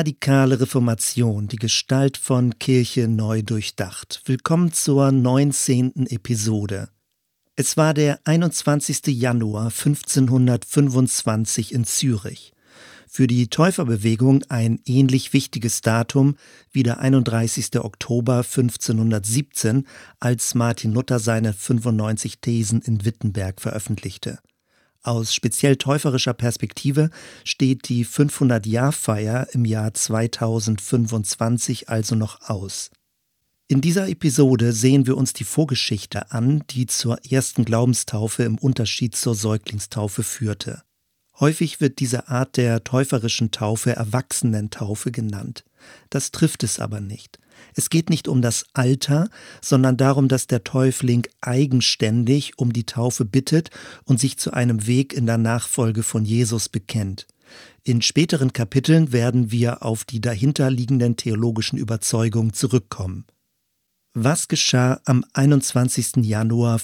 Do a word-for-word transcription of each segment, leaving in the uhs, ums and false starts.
Radikale Reformation, die Gestalt von Kirche neu durchdacht. Willkommen zur neunzehnten Episode. Es war der einundzwanzigster Januar fünfzehnhundertfünfundzwanzig in Zürich. Für die Täuferbewegung ein ähnlich wichtiges Datum wie der einunddreißigster Oktober fünfzehnhundertsiebzehn, als Martin Luther seine fünfundneunzig Thesen in Wittenberg veröffentlichte. Aus speziell täuferischer Perspektive steht die fünfhundert-Jahr-Feier im Jahr zweitausendfünfundzwanzig also noch aus. In dieser Episode sehen wir uns die Vorgeschichte an, die zur ersten Glaubenstaufe im Unterschied zur Säuglingstaufe führte. Häufig wird diese Art der täuferischen Taufe Erwachsenentaufe genannt. Das trifft es aber nicht. Es geht nicht um das Alter, sondern darum, dass der Täufling eigenständig um die Taufe bittet und sich zu einem Weg in der Nachfolge von Jesus bekennt. In späteren Kapiteln werden wir auf die dahinterliegenden theologischen Überzeugungen zurückkommen. Was geschah am einundzwanzigster Januar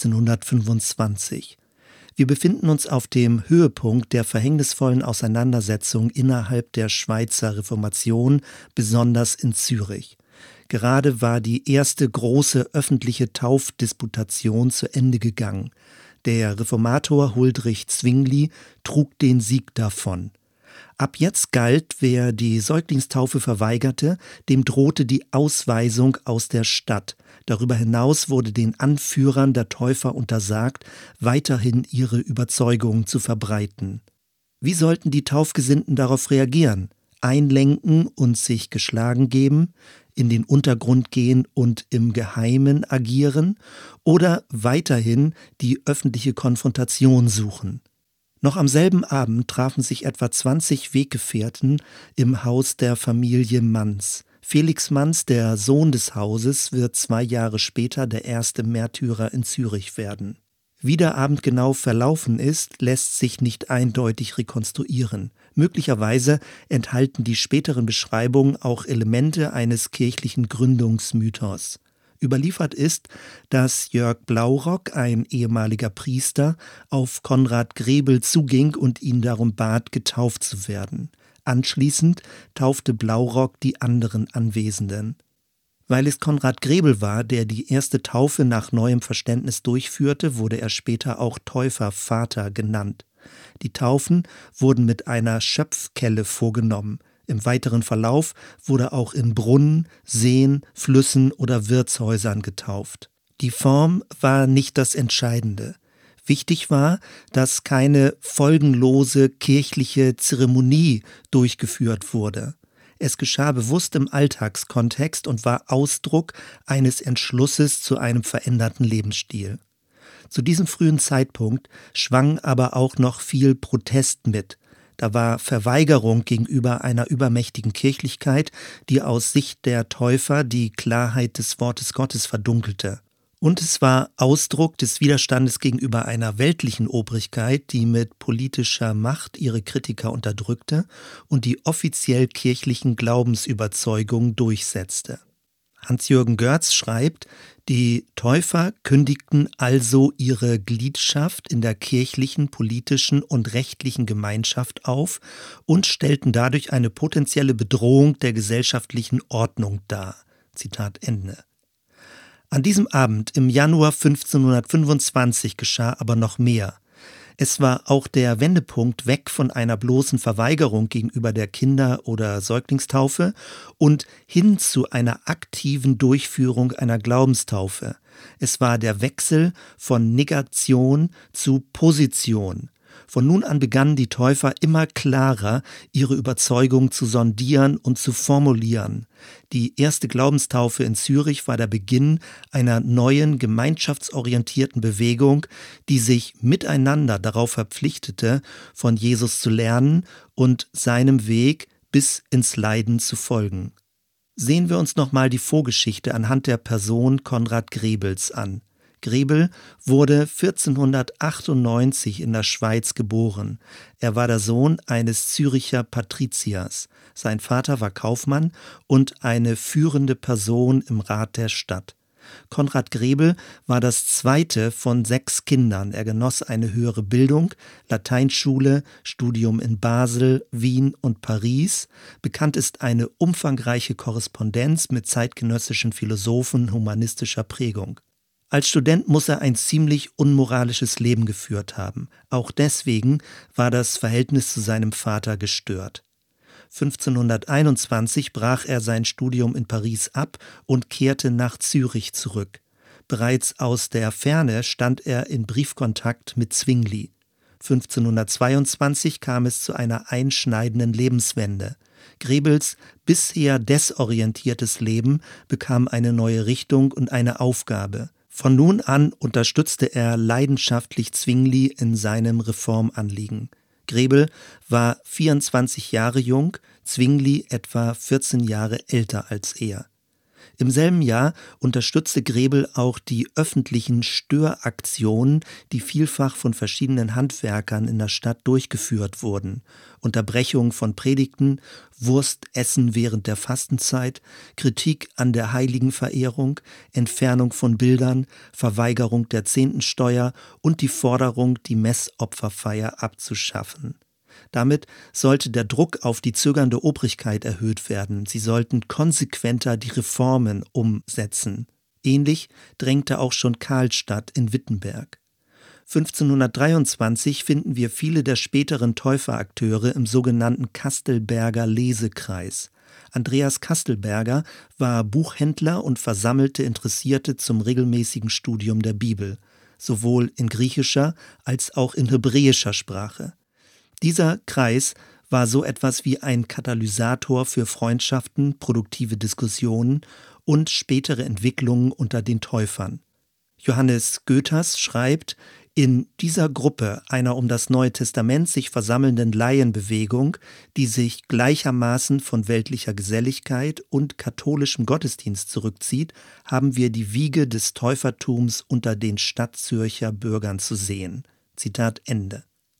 fünfzehnhundertfünfundzwanzig? Wir befinden uns auf dem Höhepunkt der verhängnisvollen Auseinandersetzung innerhalb der Schweizer Reformation, besonders in Zürich. Gerade war die erste große öffentliche Taufdisputation zu Ende gegangen. Der Reformator Huldrych Zwingli trug den Sieg davon. Ab jetzt galt, wer die Säuglingstaufe verweigerte, dem drohte die Ausweisung aus der Stadt. Darüber hinaus wurde den Anführern der Täufer untersagt, weiterhin ihre Überzeugungen zu verbreiten. Wie sollten die Taufgesinnten darauf reagieren? Einlenken und sich geschlagen geben, in den Untergrund gehen und im Geheimen agieren oder weiterhin die öffentliche Konfrontation suchen? Noch am selben Abend trafen sich etwa zwanzig Weggefährten im Haus der Familie Manz. Felix Manz, der Sohn des Hauses, wird zwei Jahre später der erste Märtyrer in Zürich werden. Wie der Abend genau verlaufen ist, lässt sich nicht eindeutig rekonstruieren. Möglicherweise enthalten die späteren Beschreibungen auch Elemente eines kirchlichen Gründungsmythos. Überliefert ist, dass Jörg Blaurock, ein ehemaliger Priester, auf Konrad Grebel zuging und ihn darum bat, getauft zu werden. Anschließend taufte Blaurock die anderen Anwesenden. Weil es Konrad Grebel war, der die erste Taufe nach neuem Verständnis durchführte, wurde er später auch Täufervater genannt. Die Taufen wurden mit einer Schöpfkelle vorgenommen. Im weiteren Verlauf wurde auch in Brunnen, Seen, Flüssen oder Wirtshäusern getauft. Die Form war nicht das Entscheidende. Wichtig war, dass keine folgenlose kirchliche Zeremonie durchgeführt wurde. Es geschah bewusst im Alltagskontext und war Ausdruck eines Entschlusses zu einem veränderten Lebensstil. Zu diesem frühen Zeitpunkt schwang aber auch noch viel Protest mit. Da war Verweigerung gegenüber einer übermächtigen Kirchlichkeit, die aus Sicht der Täufer die Klarheit des Wortes Gottes verdunkelte. Und es war Ausdruck des Widerstandes gegenüber einer weltlichen Obrigkeit, die mit politischer Macht ihre Kritiker unterdrückte und die offiziell kirchlichen Glaubensüberzeugungen durchsetzte. Hans-Jürgen Görz schreibt, die Täufer kündigten also ihre Gliedschaft in der kirchlichen, politischen und rechtlichen Gemeinschaft auf und stellten dadurch eine potenzielle Bedrohung der gesellschaftlichen Ordnung dar. Zitat Ende. An diesem Abend im Januar fünfzehnhundertfünfundzwanzig geschah aber noch mehr. Es war auch der Wendepunkt weg von einer bloßen Verweigerung gegenüber der Kinder- oder Säuglingstaufe und hin zu einer aktiven Durchführung einer Glaubenstaufe. Es war der Wechsel von Negation zu Position. Von nun an begannen die Täufer immer klarer, ihre Überzeugung zu sondieren und zu formulieren. Die erste Glaubenstaufe in Zürich war der Beginn einer neuen, gemeinschaftsorientierten Bewegung, die sich miteinander darauf verpflichtete, von Jesus zu lernen und seinem Weg bis ins Leiden zu folgen. Sehen wir uns nochmal die Vorgeschichte anhand der Person Konrad Grebels an. Grebel wurde vierzehnhundertachtundneunzig in der Schweiz geboren. Er war der Sohn eines Züricher Patriziers. Sein Vater war Kaufmann und eine führende Person im Rat der Stadt. Konrad Grebel war das zweite von sechs Kindern. Er genoss eine höhere Bildung, Lateinschule, Studium in Basel, Wien und Paris. Bekannt ist eine umfangreiche Korrespondenz mit zeitgenössischen Philosophen humanistischer Prägung. Als Student muss er ein ziemlich unmoralisches Leben geführt haben. Auch deswegen war das Verhältnis zu seinem Vater gestört. fünfzehnhunderteinundzwanzig brach er sein Studium in Paris ab und kehrte nach Zürich zurück. Bereits aus der Ferne stand er in Briefkontakt mit Zwingli. fünfzehnhundertzweiundzwanzig kam es zu einer einschneidenden Lebenswende. Grebels bisher desorientiertes Leben bekam eine neue Richtung und eine Aufgabe. Von nun an unterstützte er leidenschaftlich Zwingli in seinem Reformanliegen. Grebel war vierundzwanzig Jahre jung, Zwingli etwa vierzehn Jahre älter als er. Im selben Jahr unterstützte Grebel auch die öffentlichen Störaktionen, die vielfach von verschiedenen Handwerkern in der Stadt durchgeführt wurden. Unterbrechung von Predigten, Wurstessen während der Fastenzeit, Kritik an der Heiligenverehrung, Entfernung von Bildern, Verweigerung der Zehntensteuer und die Forderung, die Messopferfeier abzuschaffen. Damit sollte der Druck auf die zögernde Obrigkeit erhöht werden. Sie sollten konsequenter die Reformen umsetzen. Ähnlich drängte auch schon Karlstadt in Wittenberg. fünfzehnhundertdreiundzwanzig finden wir viele der späteren Täuferakteure im sogenannten Kastelberger Lesekreis. Andreas Kastelberger war Buchhändler und versammelte Interessierte zum regelmäßigen Studium der Bibel, sowohl in griechischer als auch in hebräischer Sprache. Dieser Kreis war so etwas wie ein Katalysator für Freundschaften, produktive Diskussionen und spätere Entwicklungen unter den Täufern. Johannes Goethers schreibt, in dieser Gruppe einer um das Neue Testament sich versammelnden Laienbewegung, die sich gleichermaßen von weltlicher Geselligkeit und katholischem Gottesdienst zurückzieht, haben wir die Wiege des Täufertums unter den Stadtzürcher Bürgern zu sehen. Zitat Ende.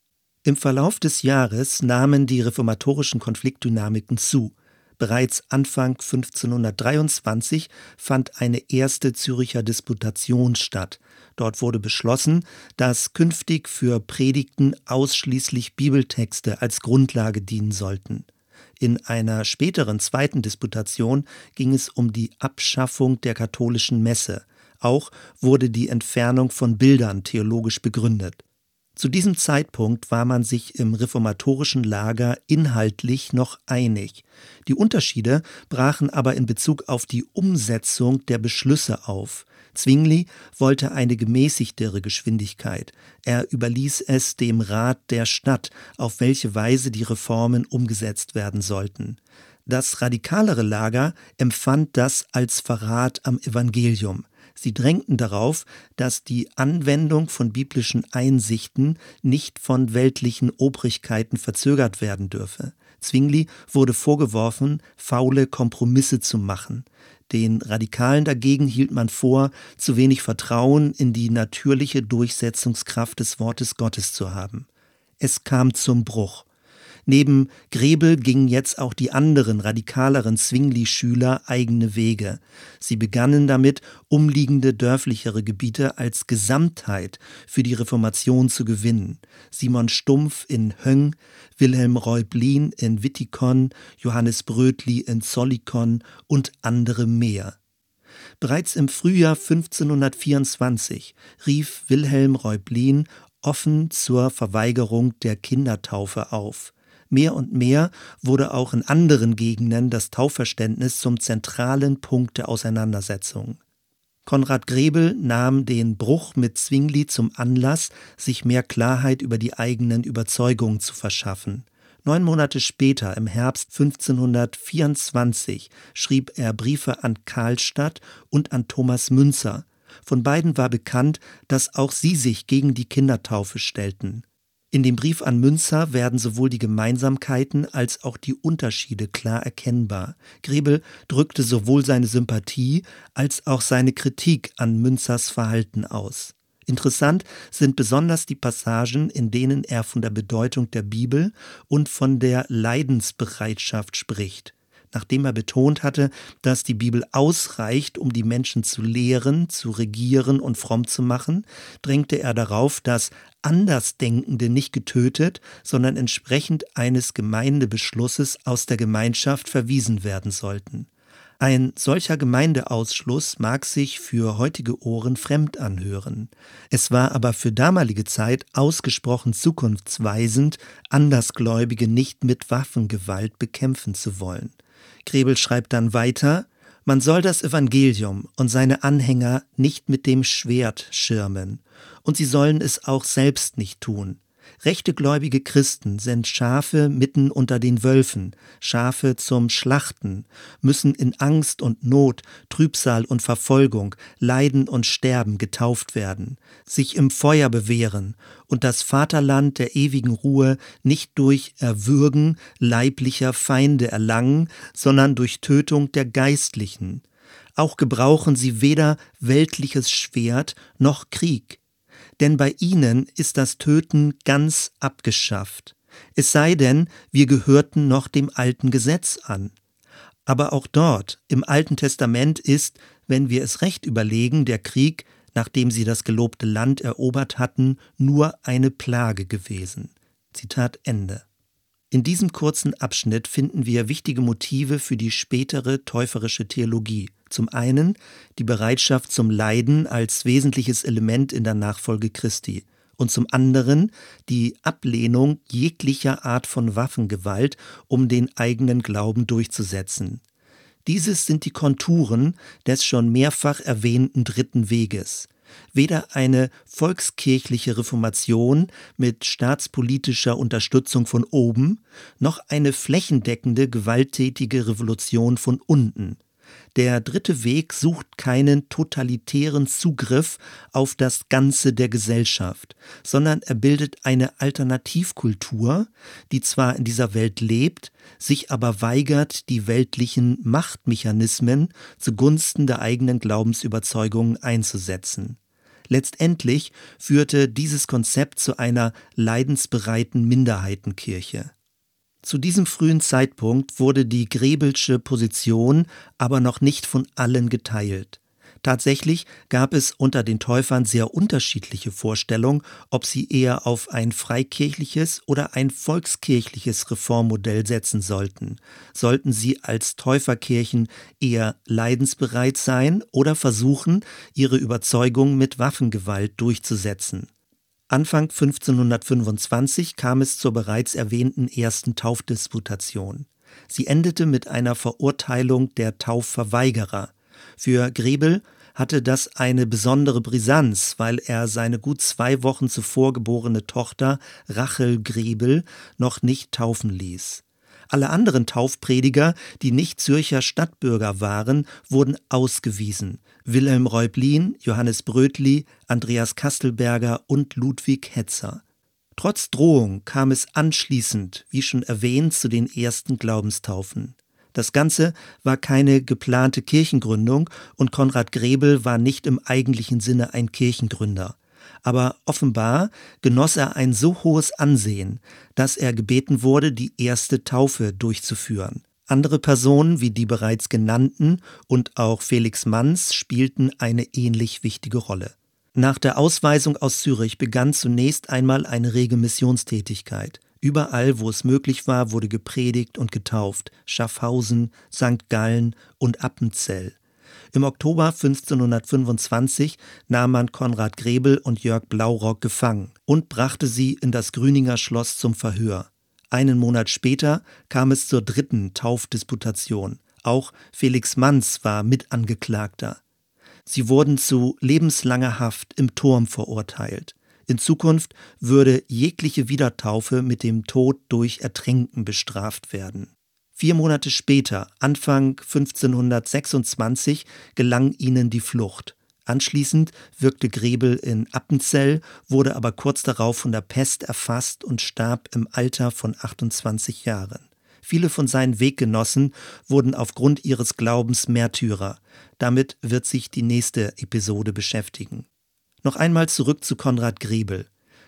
Im Verlauf des Jahres nahmen die reformatorischen Konfliktdynamiken zu. Bereits Anfang fünfzehnhundertdreiundzwanzig fand eine erste Züricher Disputation statt. Dort wurde beschlossen, dass künftig für Predigten ausschließlich Bibeltexte als Grundlage dienen sollten. In einer späteren zweiten Disputation ging es um die Abschaffung der katholischen Messe. Auch wurde die Entfernung von Bildern theologisch begründet. Zu diesem Zeitpunkt war man sich im reformatorischen Lager inhaltlich noch einig. Die Unterschiede brachen aber in Bezug auf die Umsetzung der Beschlüsse auf. Zwingli wollte eine gemäßigtere Geschwindigkeit. Er überließ es dem Rat der Stadt, auf welche Weise die Reformen umgesetzt werden sollten. Das radikalere Lager empfand das als Verrat am Evangelium. Sie drängten darauf, dass die Anwendung von biblischen Einsichten nicht von weltlichen Obrigkeiten verzögert werden dürfe. Zwingli wurde vorgeworfen, faule Kompromisse zu machen. Den Radikalen dagegen hielt man vor, zu wenig Vertrauen in die natürliche Durchsetzungskraft des Wortes Gottes zu haben. Es kam zum Bruch. Neben Grebel gingen jetzt auch die anderen radikaleren Zwingli-Schüler eigene Wege. Sie begannen damit, umliegende dörflichere Gebiete als Gesamtheit für die Reformation zu gewinnen. Simon Stumpf in Höng, Wilhelm Reublin in Wittikon, Johannes Brötli in Zollikon und andere mehr. Bereits im Frühjahr fünfzehnhundertvierundzwanzig rief Wilhelm Reublin offen zur Verweigerung der Kindertaufe auf. Mehr und mehr wurde auch in anderen Gegenden das Taufverständnis zum zentralen Punkt der Auseinandersetzung. Konrad Grebel nahm den Bruch mit Zwingli zum Anlass, sich mehr Klarheit über die eigenen Überzeugungen zu verschaffen. Neun Monate später, im Herbst fünfzehnhundertvierundzwanzig, schrieb er Briefe an Karlstadt und an Thomas Müntzer. Von beiden war bekannt, dass auch sie sich gegen die Kindertaufe stellten. In dem Brief an Müntzer werden sowohl die Gemeinsamkeiten als auch die Unterschiede klar erkennbar. Grebel drückte sowohl seine Sympathie als auch seine Kritik an Müntzers Verhalten aus. Interessant sind besonders die Passagen, in denen er von der Bedeutung der Bibel und von der Leidensbereitschaft spricht. Nachdem er betont hatte, dass die Bibel ausreicht, um die Menschen zu lehren, zu regieren und fromm zu machen, drängte er darauf, dass Andersdenkende nicht getötet, sondern entsprechend eines Gemeindebeschlusses aus der Gemeinschaft verwiesen werden sollten. Ein solcher Gemeindeausschluss mag sich für heutige Ohren fremd anhören. Es war aber für damalige Zeit ausgesprochen zukunftsweisend, Andersgläubige nicht mit Waffengewalt bekämpfen zu wollen. Grebel schreibt dann weiter: Man soll das Evangelium und seine Anhänger nicht mit dem Schwert schirmen, und sie sollen es auch selbst nicht tun. Rechte gläubige Christen sind Schafe mitten unter den Wölfen, Schafe zum Schlachten, müssen in Angst und Not, Trübsal und Verfolgung, Leiden und Sterben getauft werden, sich im Feuer bewähren und das Vaterland der ewigen Ruhe nicht durch Erwürgen leiblicher Feinde erlangen, sondern durch Tötung der Geistlichen. Auch gebrauchen sie weder weltliches Schwert noch Krieg. Denn bei ihnen ist das Töten ganz abgeschafft. Es sei denn, wir gehörten noch dem alten Gesetz an. Aber auch dort, im Alten Testament ist, wenn wir es recht überlegen, der Krieg, nachdem sie das gelobte Land erobert hatten, nur eine Plage gewesen. Zitat Ende. In diesem kurzen Abschnitt finden wir wichtige Motive für die spätere täuferische Theologie. Zum einen die Bereitschaft zum Leiden als wesentliches Element in der Nachfolge Christi und zum anderen die Ablehnung jeglicher Art von Waffengewalt, um den eigenen Glauben durchzusetzen. Dieses sind die Konturen des schon mehrfach erwähnten Dritten Weges. Weder eine volkskirchliche Reformation mit staatspolitischer Unterstützung von oben, noch eine flächendeckende gewalttätige Revolution von unten. Der dritte Weg sucht keinen totalitären Zugriff auf das Ganze der Gesellschaft, sondern er bildet eine Alternativkultur, die zwar in dieser Welt lebt, sich aber weigert, die weltlichen Machtmechanismen zugunsten der eigenen Glaubensüberzeugungen einzusetzen. Letztendlich führte dieses Konzept zu einer leidensbereiten Minderheitenkirche. Zu diesem frühen Zeitpunkt wurde die Grebelsche Position aber noch nicht von allen geteilt. Tatsächlich gab es unter den Täufern sehr unterschiedliche Vorstellungen, ob sie eher auf ein freikirchliches oder ein volkskirchliches Reformmodell setzen sollten. Sollten sie als Täuferkirchen eher leidensbereit sein oder versuchen, ihre Überzeugung mit Waffengewalt durchzusetzen? Anfang fünfzehnhundertfünfundzwanzig kam es zur bereits erwähnten ersten Taufdisputation. Sie endete mit einer Verurteilung der Taufverweigerer. Für Grebel hatte das eine besondere Brisanz, weil er seine gut zwei Wochen zuvor geborene Tochter Rachel Grebel noch nicht taufen ließ. Alle anderen Taufprediger, die nicht Zürcher Stadtbürger waren, wurden ausgewiesen. Wilhelm Reublin, Johannes Brötli, Andreas Kastelberger und Ludwig Hetzer. Trotz Drohung kam es anschließend, wie schon erwähnt, zu den ersten Glaubenstaufen. Das Ganze war keine geplante Kirchengründung und Konrad Grebel war nicht im eigentlichen Sinne ein Kirchengründer. Aber offenbar genoss er ein so hohes Ansehen, dass er gebeten wurde, die erste Taufe durchzuführen. Andere Personen wie die bereits genannten und auch Felix Manz spielten eine ähnlich wichtige Rolle. Nach der Ausweisung aus Zürich begann zunächst einmal eine rege Missionstätigkeit. Überall, wo es möglich war, wurde gepredigt und getauft. Schaffhausen, Sankt Gallen und Appenzell. Im Oktober fünfzehnhundertfünfundzwanzig nahm man Konrad Grebel und Jörg Blaurock gefangen und brachte sie in das Grüninger Schloss zum Verhör. Einen Monat später kam es zur dritten Taufdisputation. Auch Felix Manz war Mitangeklagter. Sie wurden zu lebenslanger Haft im Turm verurteilt. In Zukunft würde jegliche Wiedertaufe mit dem Tod durch Ertränken bestraft werden. Vier Monate später, Anfang fünfzehnhundertsechsundzwanzig, gelang ihnen die Flucht. Anschließend wirkte Grebel in Appenzell, wurde aber kurz darauf von der Pest erfasst und starb im Alter von achtundzwanzig Jahren. Viele von seinen Weggenossen wurden aufgrund ihres Glaubens Märtyrer. Damit wird sich die nächste Episode beschäftigen. Noch einmal zurück zu Konrad Grebel.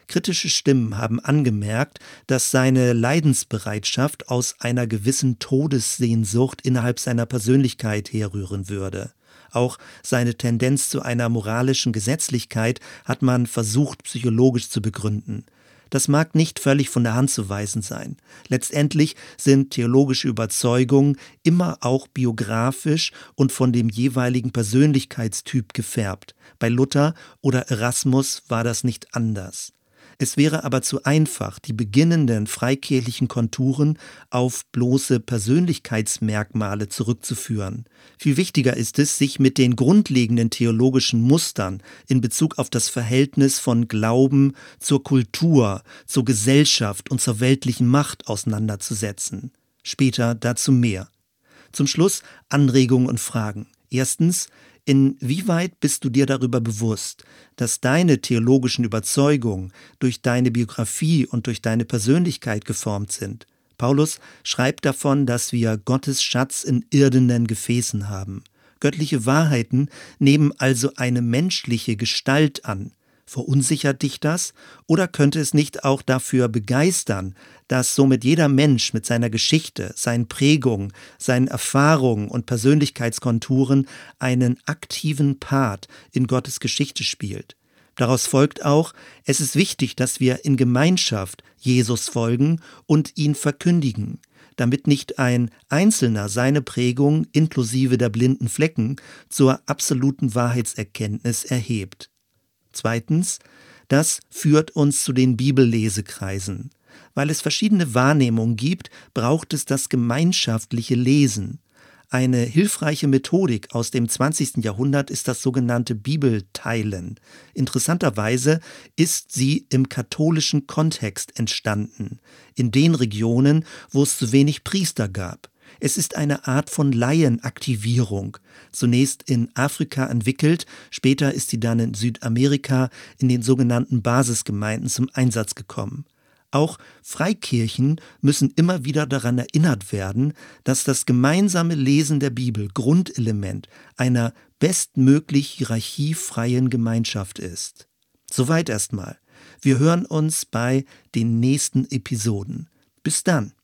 Kritische Stimmen haben angemerkt, dass seine Leidensbereitschaft aus einer gewissen Todessehnsucht innerhalb seiner Persönlichkeit herrühren würde. Auch seine Tendenz zu einer moralischen Gesetzlichkeit hat man versucht, psychologisch zu begründen. Das mag nicht völlig von der Hand zu weisen sein. Letztendlich sind theologische Überzeugungen immer auch biografisch und von dem jeweiligen Persönlichkeitstyp gefärbt. Bei Luther oder Erasmus war das nicht anders. Es wäre aber zu einfach, die beginnenden freikirchlichen Konturen auf bloße Persönlichkeitsmerkmale zurückzuführen. Viel wichtiger ist es, sich mit den grundlegenden theologischen Mustern in Bezug auf das Verhältnis von Glauben zur Kultur, zur Gesellschaft und zur weltlichen Macht auseinanderzusetzen. Später dazu mehr. Zum Schluss Anregungen und Fragen. Erstens: Inwieweit bist du dir darüber bewusst, dass deine theologischen Überzeugungen durch deine Biografie und durch deine Persönlichkeit geformt sind? Paulus schreibt davon, dass wir Gottes Schatz in irdenen Gefäßen haben. Göttliche Wahrheiten nehmen also eine menschliche Gestalt an. Verunsichert dich das? Oder könnte es nicht auch dafür begeistern, dass somit jeder Mensch mit seiner Geschichte, seinen Prägungen, seinen Erfahrungen und Persönlichkeitskonturen einen aktiven Part in Gottes Geschichte spielt? Daraus folgt auch, es ist wichtig, dass wir in Gemeinschaft Jesus folgen und ihn verkündigen, damit nicht ein Einzelner seine Prägung inklusive der blinden Flecken zur absoluten Wahrheitserkenntnis erhebt. Zweitens, das führt uns zu den Bibellesekreisen. Weil es verschiedene Wahrnehmungen gibt, braucht es das gemeinschaftliche Lesen. Eine hilfreiche Methodik aus dem zwanzigsten Jahrhundert ist das sogenannte Bibelteilen. Interessanterweise ist sie im katholischen Kontext entstanden, in den Regionen, wo es zu wenig Priester gab. Es ist eine Art von Laienaktivierung, zunächst in Afrika entwickelt, später ist sie dann in Südamerika in den sogenannten Basisgemeinden zum Einsatz gekommen. Auch Freikirchen müssen immer wieder daran erinnert werden, dass das gemeinsame Lesen der Bibel Grundelement einer bestmöglich hierarchiefreien Gemeinschaft ist. Soweit erstmal. Wir hören uns bei den nächsten Episoden. Bis dann.